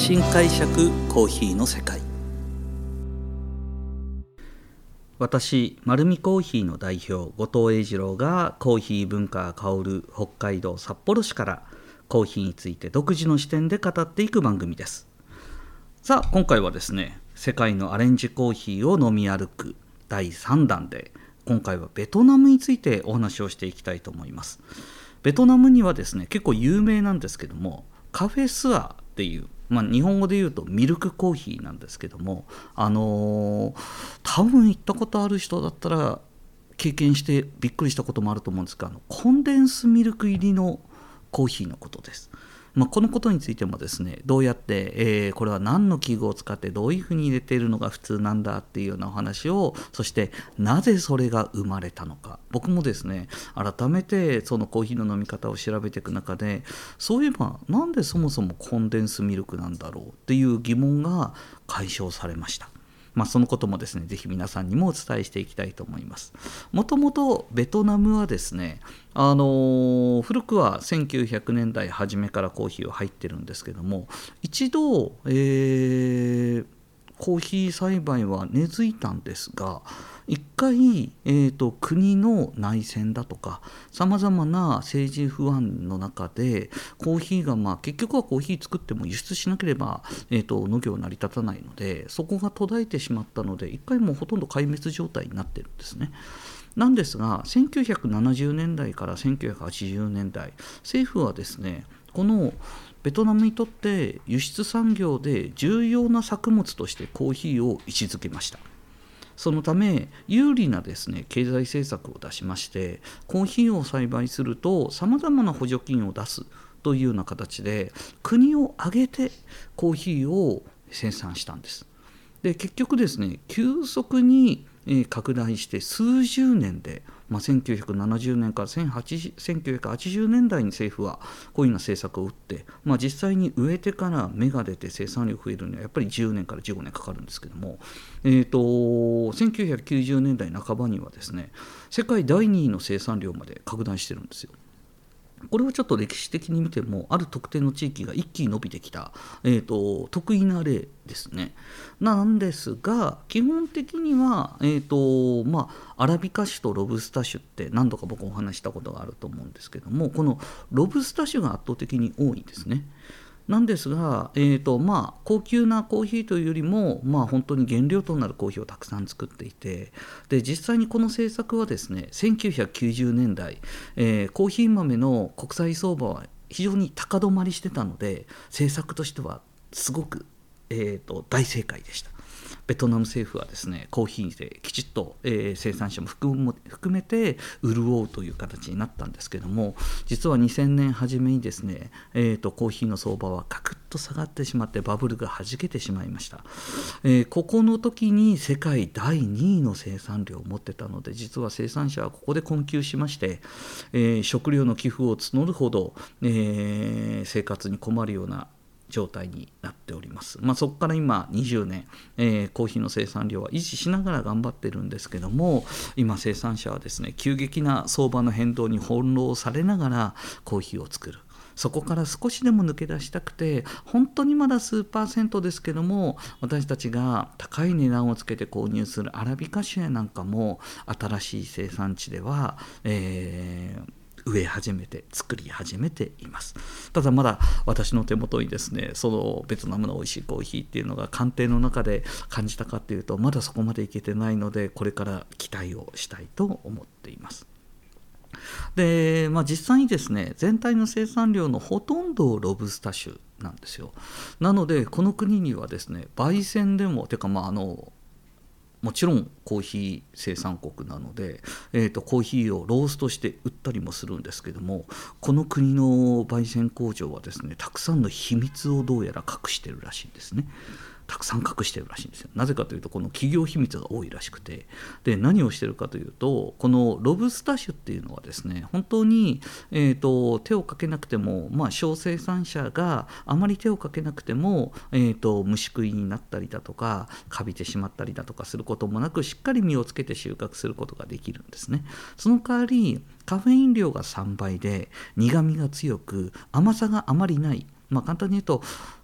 新解釈コーヒーの世界。私丸見コーヒーの代表後藤英二郎がコーヒー文化が香る北海道札幌市からコーヒーについて独自の視点で語っていく番組です。さあ今回はですね、世界のアレンジコーヒーを飲み歩く第3弾で、今回はベトナムについてお話をしていきたいと思います。ベトナムにはですね、結構有名なんですけども、カフェスアっていう、日本語で言うとミルクコーヒーなんですけども、多分行ったことある人だったら経験してびっくりしたこともあると思うんですが、コンデンスミルク入りのコーヒーのことです。このことについてもですね、どうやって、これは何の器具を使ってどういうふうに入れているのが普通なんだっていうようなお話を、そしてなぜそれが生まれたのか、僕もですね改めてそのコーヒーの飲み方を調べていく中で、そういえばなんでそもそもコンデンスミルクなんだろうっていう疑問が解消されました。そのこともですね、ぜひ皆さんにもお伝えしていきたいと思います。もともとベトナムはですね、古くは1900年代初めからコーヒーは入ってるんですけども、一度、コーヒー栽培は根付いたんですが、一回、国の内戦だとかさまざまな政治不安の中で、コーヒーが結局はコーヒー作っても輸出しなければ、農業成り立たないので、そこが途絶えてしまったので、一回もうほとんど壊滅状態になってるんですね。なんですが1970年代から1980年代、政府はですね、このベトナムにとって輸出産業で重要な作物としてコーヒーを位置づけました。そのため有利なですね経済政策を出しまして、コーヒーを栽培するとさまざまな補助金を出すというような形で、国を挙げてコーヒーを生産したんです。で結局ですね、急速に拡大して数十年で、1970年から1980年代に政府はこういうような政策を打って、実際に植えてから芽が出て生産量増えるにはやっぱり10年から15年かかるんですけども、1990年代半ばにはですね、世界第2位の生産量まで拡大してるんですよ。これをちょっと歴史的に見ても、ある特定の地域が一気に伸びてきた、得意な例ですね。なんですが、基本的には、アラビカ種とロブスタ種って何度か僕お話したことがあると思うんですけども、このロブスタ種が圧倒的に多いですね。なんですが、高級なコーヒーというよりも、本当に原料となるコーヒーをたくさん作っていて、で実際にこの政策はですね、1990年代、コーヒー豆の国際相場は非常に高止まりしてたので、政策としてはすごく、大正解でした。ベトナム政府はですね、コーヒーできちっと、生産者も含めて潤うという形になったんですけども、実は2000年初めにですね、コーヒーの相場はガクッと下がってしまって、バブルがはじけてしまいました。ここの時に世界第2位の生産量を持ってたので、実は生産者はここで困窮しまして、食料の寄付を募るほど、生活に困るような状態になっております。そこから今20年、コーヒーの生産量は維持しながら頑張ってるんですけども、今生産者はですね、急激な相場の変動に翻弄されながらコーヒーを作る。そこから少しでも抜け出したくて、本当にまだ数%ですけども、私たちが高い値段をつけて購入するアラビカ種なんかも新しい生産地では、植え始めて作り始めています。ただまだ私の手元にですね、そのベトナムの美味しいコーヒーっていうのが鑑定の中で感じたかっていうと、まだそこまでいけてないので、これから期待をしたいと思っています。で、実際にですね、全体の生産量のほとんどをロブスタ種なんですよ。なのでこの国にはですね、焙煎でももちろんコーヒー生産国なので、コーヒーをローストして売ったりもするんですけども、この国の焙煎工場はですね、たくさんの秘密をどうやら隠してるらしいんですね。たくさん隠してるらしいんですよ。なぜかというと、この企業秘密が多いらしくて、で何をしてるかというと、このロブスタ種っていうのはですね、本当に、手をかけなくても、小生産者があまり手をかけなくても、虫食いになったりだとかカビてしまったりだとかすることもなく、しっかり実をつけて収穫することができるんですね。その代わりカフェイン量が3倍で苦みが強く甘さがあまりない、簡単に言うと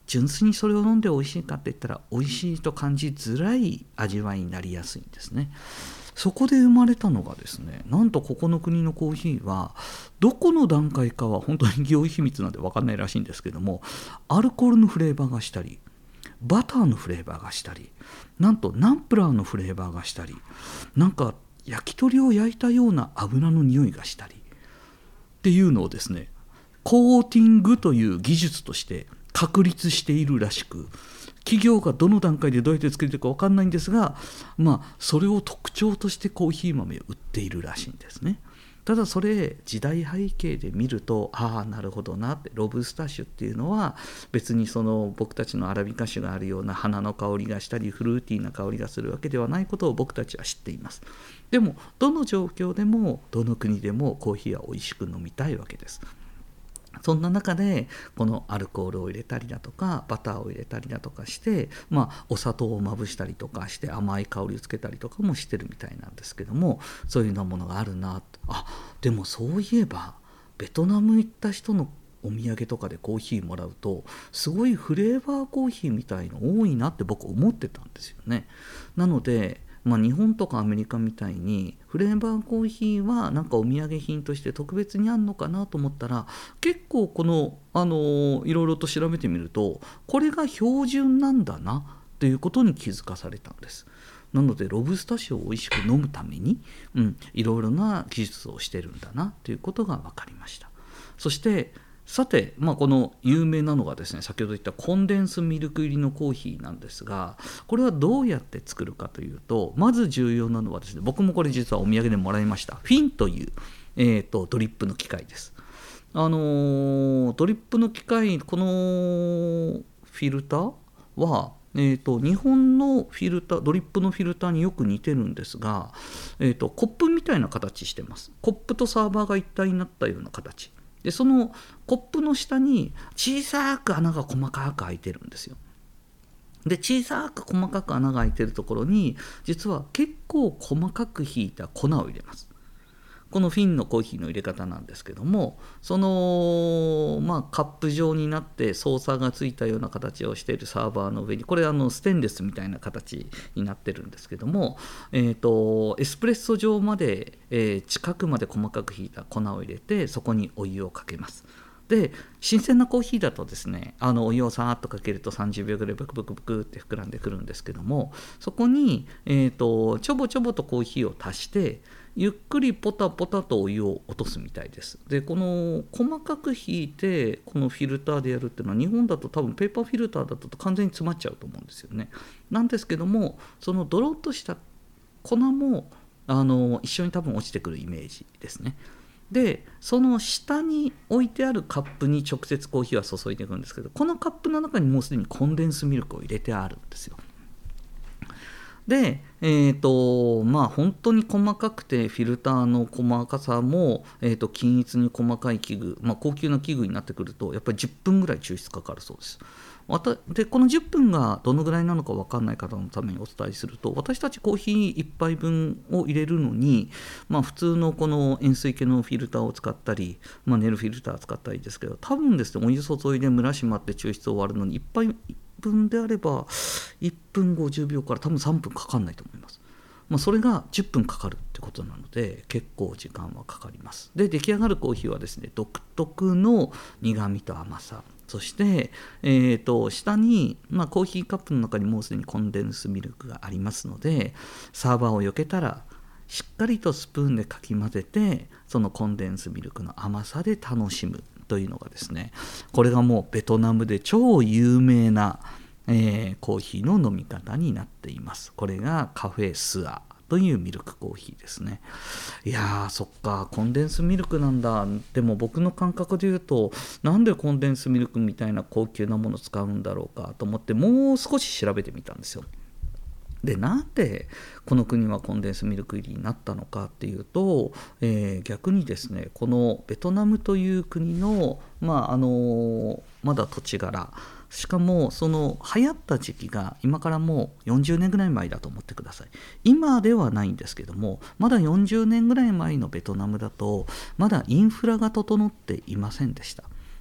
純粋にそれを飲んで美味しいかって言ったら美味しいと感じづらい味わいになりやすいんですね。そこで生まれたのがですね、なんとここの国のコーヒーはどこの段階かは本当に企業秘密なんで分かんないらしいんですけども、アルコールのフレーバーがしたり、バターのフレーバーがしたり、なんとナンプラーのフレーバーがしたり、なんか焼き鳥を焼いたような油の匂いがしたりっていうのをですね、コーティングという技術として確立しているらしく、企業がどの段階でどうやって作っているか分かんないんですが、それを特徴としてコーヒー豆を売っているらしいんですね。ただそれ時代背景で見ると、なるほどなって、ロブスタッシュっていうのは別にその僕たちのアラビカ種があるような花の香りがしたりフルーティーな香りがするわけではないことを僕たちは知っています。でもどの状況でもどの国でもコーヒーは美味しく飲みたいわけです。そんな中でこのアルコールを入れたりだとかバターを入れたりだとかして、お砂糖をまぶしたりとかして甘い香りをつけたりとかもしてるみたいなんですけども、そういうようなものがあるなと。でもそういえばベトナム行った人のお土産とかでコーヒーもらうとすごいフレーバーコーヒーみたいの多いなって僕思ってたんですよね。なので日本とかアメリカみたいにフレーバーコーヒーはなんかお土産品として特別にあんのかなと思ったら、結構このいろいろと調べてみるとこれが標準なんだなということに気づかされたんです。なのでロブスタ酒を美味しく飲むために、いろいろな技術をしてるんだなということが分かりました。そしてさて、この有名なのがですね、先ほど言ったコンデンスミルク入りのコーヒーなんですが、これはどうやって作るかというと、まず重要なのはですね、僕もこれ実はお土産でもらいましたフィンという、ドリップの機械です。ドリップの機械、このフィルターは日本のフィルター、ドリップのフィルターによく似てるんですが、コップみたいな形してます。コップとサーバーが一体になったような形で、そのコップの下に小さく穴が細かく開いてるんですよ。で、小さく細かく穴が開いてるところに実は結構細かくひいた粉を入れます。このフィンのコーヒーの入れ方なんですけども、そのカップ状になってソーサーがついたような形をしているサーバーの上に、これステンレスみたいな形になってるんですけども、エスプレッソ状まで、近くまで細かくひいた粉を入れて、そこにお湯をかけます。で、新鮮なコーヒーだとですね、お湯をさーっとかけると30秒ぐらいブクブクブクって膨らんでくるんですけども、そこに、ちょぼちょぼとコーヒーを足してゆっくりポタポタとお湯を落とすみたいです。で、この細かくひいてこのフィルターでやるっていうのは、日本だと多分ペーパーフィルターだと完全に詰まっちゃうと思うんですよね。なんですけども、そのドロッとした粉も一緒に多分落ちてくるイメージですね。で、その下に置いてあるカップに直接コーヒーは注いでいくんですけど、このカップの中にもうすでにコンデンスミルクを入れてあるんですよ。で、本当に細かくてフィルターの細かさも、均一に細かい器具、高級な器具になってくるとやっぱり10分ぐらい抽出かかるそうです。で、この10分がどのぐらいなのか分かんない方のためにお伝えすると、私たちコーヒー1杯分を入れるのに、普通のこの塩水系のフィルターを使ったり、ネルフィルターを使ったりですけど、多分ですね、お湯注いで蒸らし待って抽出終わるのに1杯分であれば1分50秒から多分3分かかんないと思います。それが10分かかるってことなので結構時間はかかります。で、出来上がるコーヒーはですね、独特の苦みと甘さ、そして、下に、コーヒーカップの中にもうすでにコンデンスミルクがありますので、サーバーを避けたらしっかりとスプーンでかき混ぜて、そのコンデンスミルクの甘さで楽しむというのがですね、これがもうベトナムで超有名な、コーヒーの飲み方になっています。これがカフェスアというミルクコーヒーですね。いやー、そっか、コンデンスミルクなんだ。でも僕の感覚で言うと、なんでコンデンスミルクみたいな高級なものを使うんだろうかと思って、もう少し調べてみたんですよ。で、なんでこの国はコンデンスミルク入りになったのかっていうと、逆にですね、このベトナムという国の、まだ土地柄、しかもその流行った時期が今からもう40年ぐらい前だと思ってください。今ではないんですけども、まだ40年ぐらい前のベトナムだとまだインフラが整っていませんでした。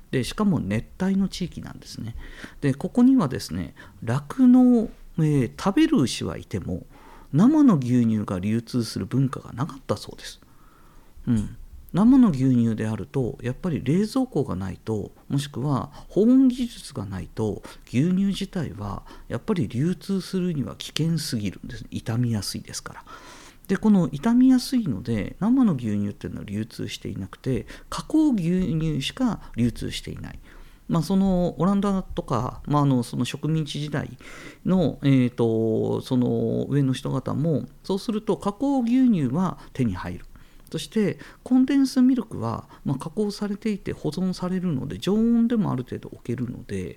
でしかも熱帯の地域なんですね。でここにはですね酪農、食べる牛はいても生の牛乳が流通する文化がなかったそうです。生の牛乳であるとやっぱり冷蔵庫がないと、もしくは保温技術がないと牛乳自体はやっぱり流通するには危険すぎるんですね。傷みやすいですから。でこの傷みやすいので生の牛乳っていうのは流通していなくて、加工牛乳しか流通していない。そのオランダとか、その植民地時代の、その上の人方もそうすると加工牛乳は手に入る。そしてコンデンスミルクは、加工されていて保存されるので常温でもある程度置けるので、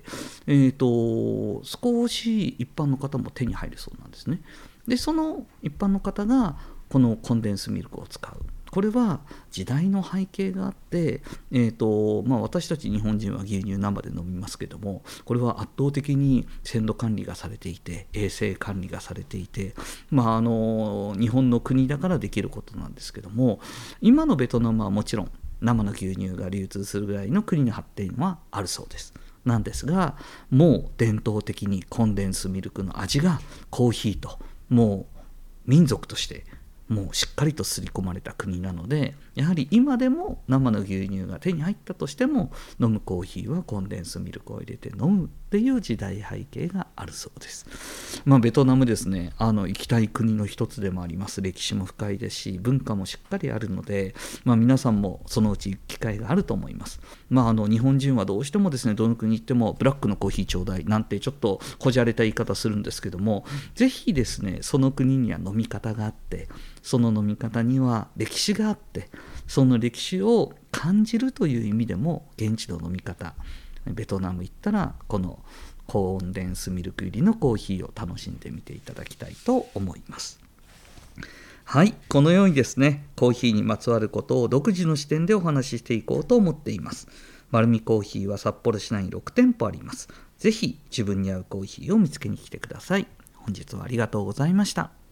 少し一般の方も手に入るそうなんですね。でその一般の方がこのコンデンスミルクを使う。これは時代の背景があって、私たち日本人は牛乳生で飲みますけども、これは圧倒的に鮮度管理がされていて衛生管理がされていて、日本の国だからできることなんですけども、今のベトナムはもちろん生の牛乳が流通するぐらいの国の発展はあるそうです。なんですが、もう伝統的にコンデンスミルクの味がコーヒーともう民族としてもうしっかりと刷り込まれた国なので、やはり今でも生の牛乳が手に入ったとしても飲むコーヒーはコンデンスミルクを入れて飲むっていう時代背景があるそうです。ベトナムですね、行きたい国の一つでもあります。歴史も深いですし文化もしっかりあるので、皆さんもそのうち行く機会があると思います。日本人はどうしてもですね、どの国行ってもブラックのコーヒーちょうだいなんてちょっとこじゃれた言い方するんですけども、ぜひですねその国には飲み方があって、その飲み方には歴史があって、その歴史を感じるという意味でも現地の飲み方、ベトナム行ったらこのコンデンスミルク入りのコーヒーを楽しんでみていただきたいと思います。はい、このようにですねコーヒーにまつわることを独自の視点でお話ししていこうと思っています。丸見コーヒーは札幌市内に6店舗あります。ぜひ自分に合うコーヒーを見つけに来てください。本日はありがとうございました。